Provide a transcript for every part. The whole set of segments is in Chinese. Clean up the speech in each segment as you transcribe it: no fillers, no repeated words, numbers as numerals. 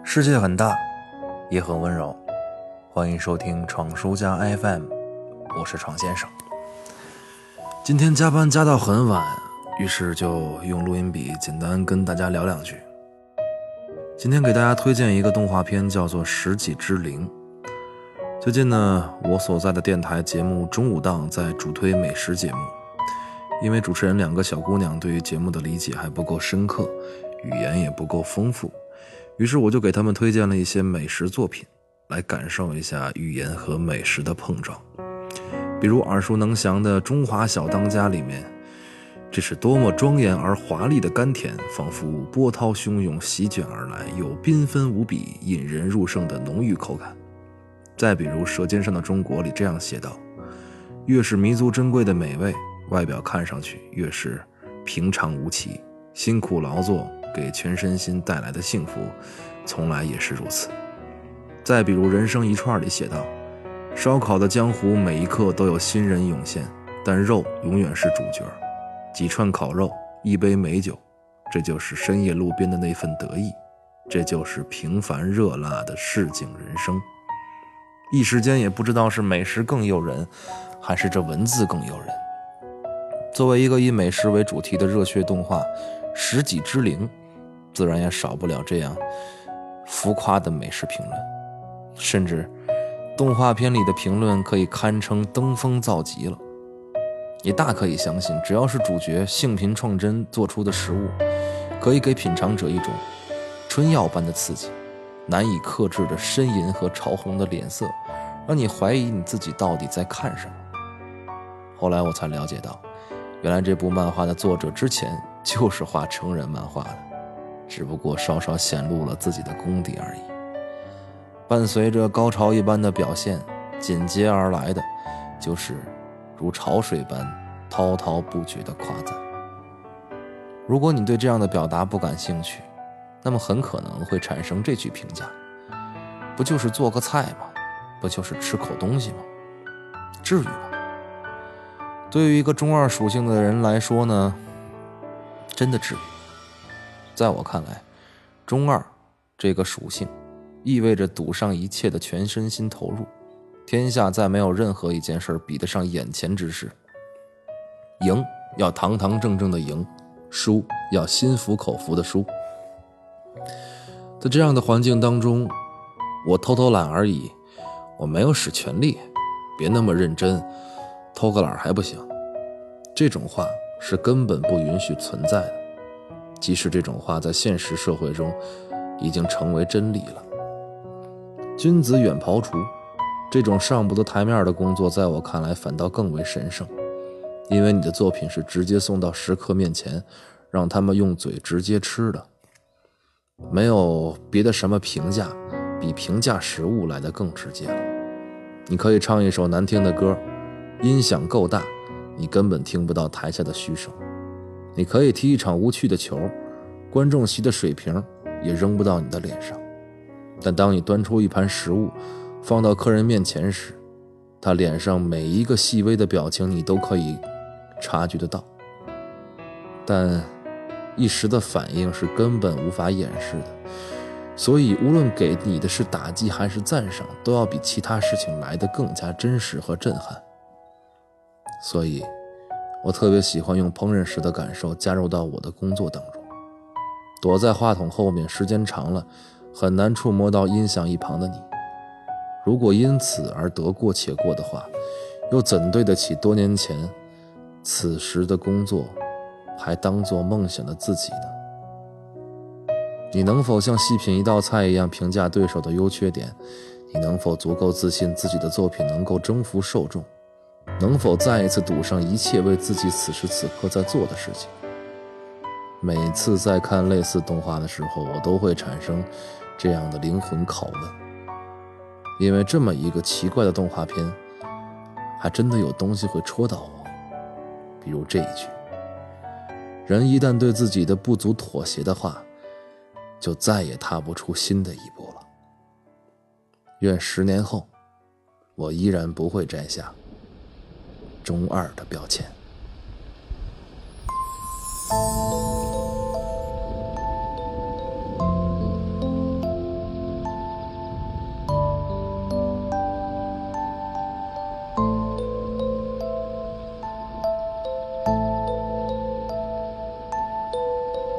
世界很大，也很温柔。欢迎收听闯书家 FM， 我是闯先生。今天加班加到很晚，于是就用录音笔简单跟大家聊两句。今天给大家推荐一个动画片，叫做《食戟之灵》。最近呢，我所在的电台节目中午档在主推美食节目，因为主持人两个小姑娘对于节目的理解还不够深刻，语言也不够丰富，于是我就给他们推荐了一些美食作品，来感受一下语言和美食的碰撞。比如耳熟能详的《中华小当家》里面，这是多么庄严而华丽的甘甜，仿佛波涛汹涌席卷而来，有缤纷无比引人入胜的浓郁口感。再比如《舌尖上的中国》里这样写道，越是弥足珍贵的美味，外表看上去越是平常无奇，辛苦劳作给全身心带来的幸福从来也是如此。再比如《人生一串》里写道，烧烤的江湖每一刻都有新人涌现，但肉永远是主角，几串烤肉，一杯美酒，这就是深夜路边的那份得意，这就是平凡热辣的市井人生。一时间也不知道是美食更诱人，还是这文字更诱人。作为一个以美食为主题的热血动画，《食戟之灵》自然也少不了这样浮夸的美食评论，甚至动画片里的评论可以堪称登峰造极了。你大可以相信，只要是主角性平创真做出的食物，可以给品尝者一种春药般的刺激，难以克制的呻吟和潮红的脸色，让你怀疑你自己到底在看什么。后来我才了解到，原来这部漫画的作者之前就是画成人漫画的，只不过稍稍显露了自己的功底而已。伴随着高潮一般的表现，紧接而来的就是如潮水般滔滔不绝的夸赞。如果你对这样的表达不感兴趣，那么很可能会产生这句评价，不就是做个菜吗？不就是吃口东西吗？至于吗？对于一个中二属性的人来说呢，真的至于。在我看来，中二这个属性意味着赌上一切的全身心投入，天下再没有任何一件事比得上眼前之事。赢要堂堂正正的赢，输要心服口服的输。在这样的环境当中，我偷偷懒而已，我没有使全力，别那么认真，偷个懒还不行。这种话是根本不允许存在的，即使这种话在现实社会中已经成为真理了。君子远庖厨，这种上不得台面的工作，在我看来反倒更为神圣，因为你的作品是直接送到食客面前，让他们用嘴直接吃的。没有别的什么评价比评价食物来得更直接了。你可以唱一首难听的歌，音响够大，你根本听不到台下的嘘声。你可以踢一场无趣的球，观众席的水瓶也扔不到你的脸上。但当你端出一盘食物放到客人面前时，他脸上每一个细微的表情你都可以察觉得到，但一时的反应是根本无法掩饰的，所以无论给你的是打击还是赞赏，都要比其他事情来得更加真实和震撼。所以我特别喜欢用烹饪时的感受加入到我的工作当中。躲在话筒后面时间长了，很难触摸到音响一旁的你。如果因此而得过且过的话，又怎对得起多年前此时的工作还当作梦想的自己呢？你能否像细品一道菜一样评价对手的优缺点？你能否足够自信自己的作品能够征服受众？能否再一次赌上一切为自己此时此刻在做的事情？每次在看类似动画的时候，我都会产生这样的灵魂拷问，因为这么一个奇怪的动画片还真的有东西会戳到我。比如这一句，人一旦对自己的不足妥协的话，就再也踏不出新的一步了。愿10年后我依然不会摘下中二的标签。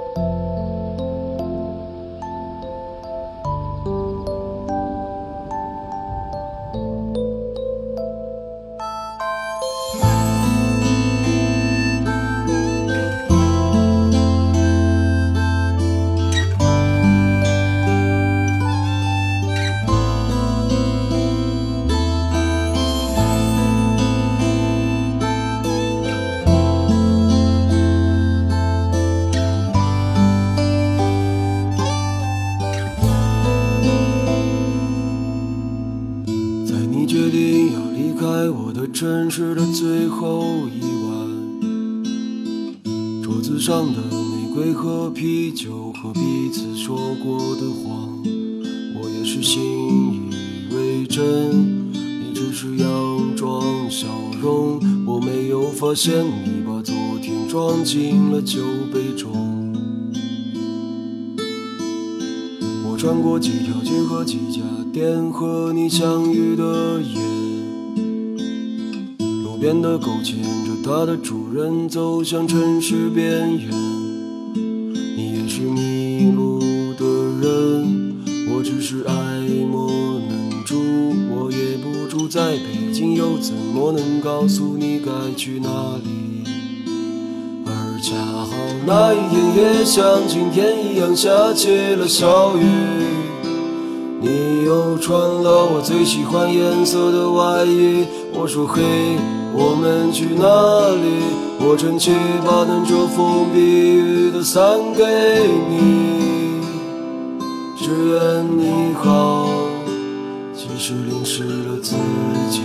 城市的最后一晚，桌子上的玫瑰和啤酒和彼此说过的谎，我也是信以为真，你只是佯装笑容，我没有发现你把昨天装进了酒杯中。我穿过几条街和几家店和你相遇的夜，边的狗牵着它的主人走向城市边缘，你也是迷路的人，我只是爱莫能助，我也不住在北京，又怎么能告诉你该去哪里？而恰好那一天也像今天一样下起了小雨，你又穿了我最喜欢颜色的外衣，我说嘿，我们去哪里？我撑起把能遮风避雨的伞给你，只愿你好，其实淋湿了自己。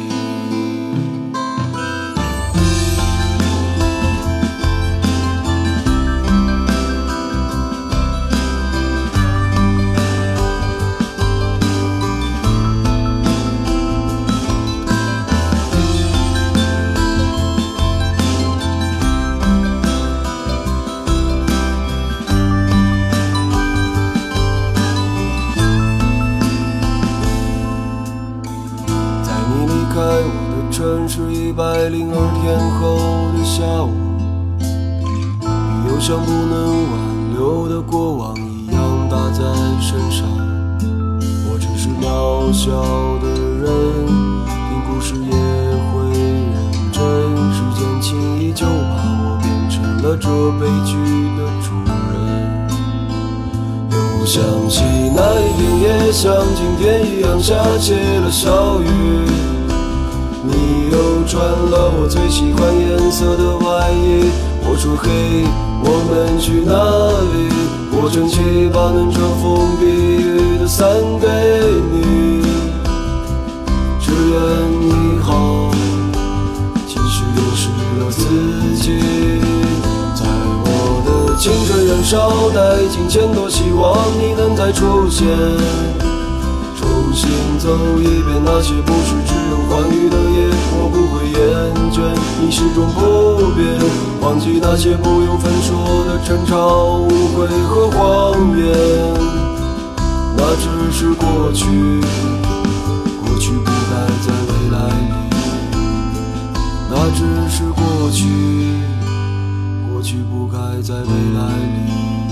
城市102天后的下午，雨又像不能挽留的过往一样打在身上，我只是渺小的人，听故事也会认真，时间轻易就把我变成了这悲剧的主人。又想起那一天也像今天一样下起了小雨，你又穿了我最喜欢颜色的外衣，我说嘿，我们去哪里？我撑起把能遮风避雨的伞给你，只愿你好，其实淋湿了自己。在我的青春燃烧殆尽前，多希望你能再出现，重新走一遍那些不是只有欢愉的夜，我不会厌倦，你始终不变，忘记那些不由分说的争吵、误会和谎言，那只是过去，过去不该在未来里，那只是过去，过去不该在未来里。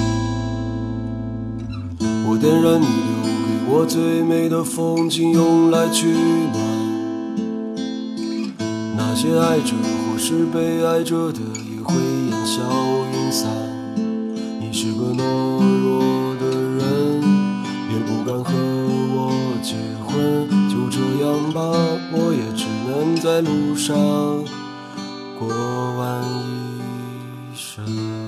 我点燃你留给我最美的风景，用来取暖那些爱着或是被爱着的，也会烟消云散。你是个懦弱的人，也不敢和我结婚，就这样吧，我也只能在路上过完一生。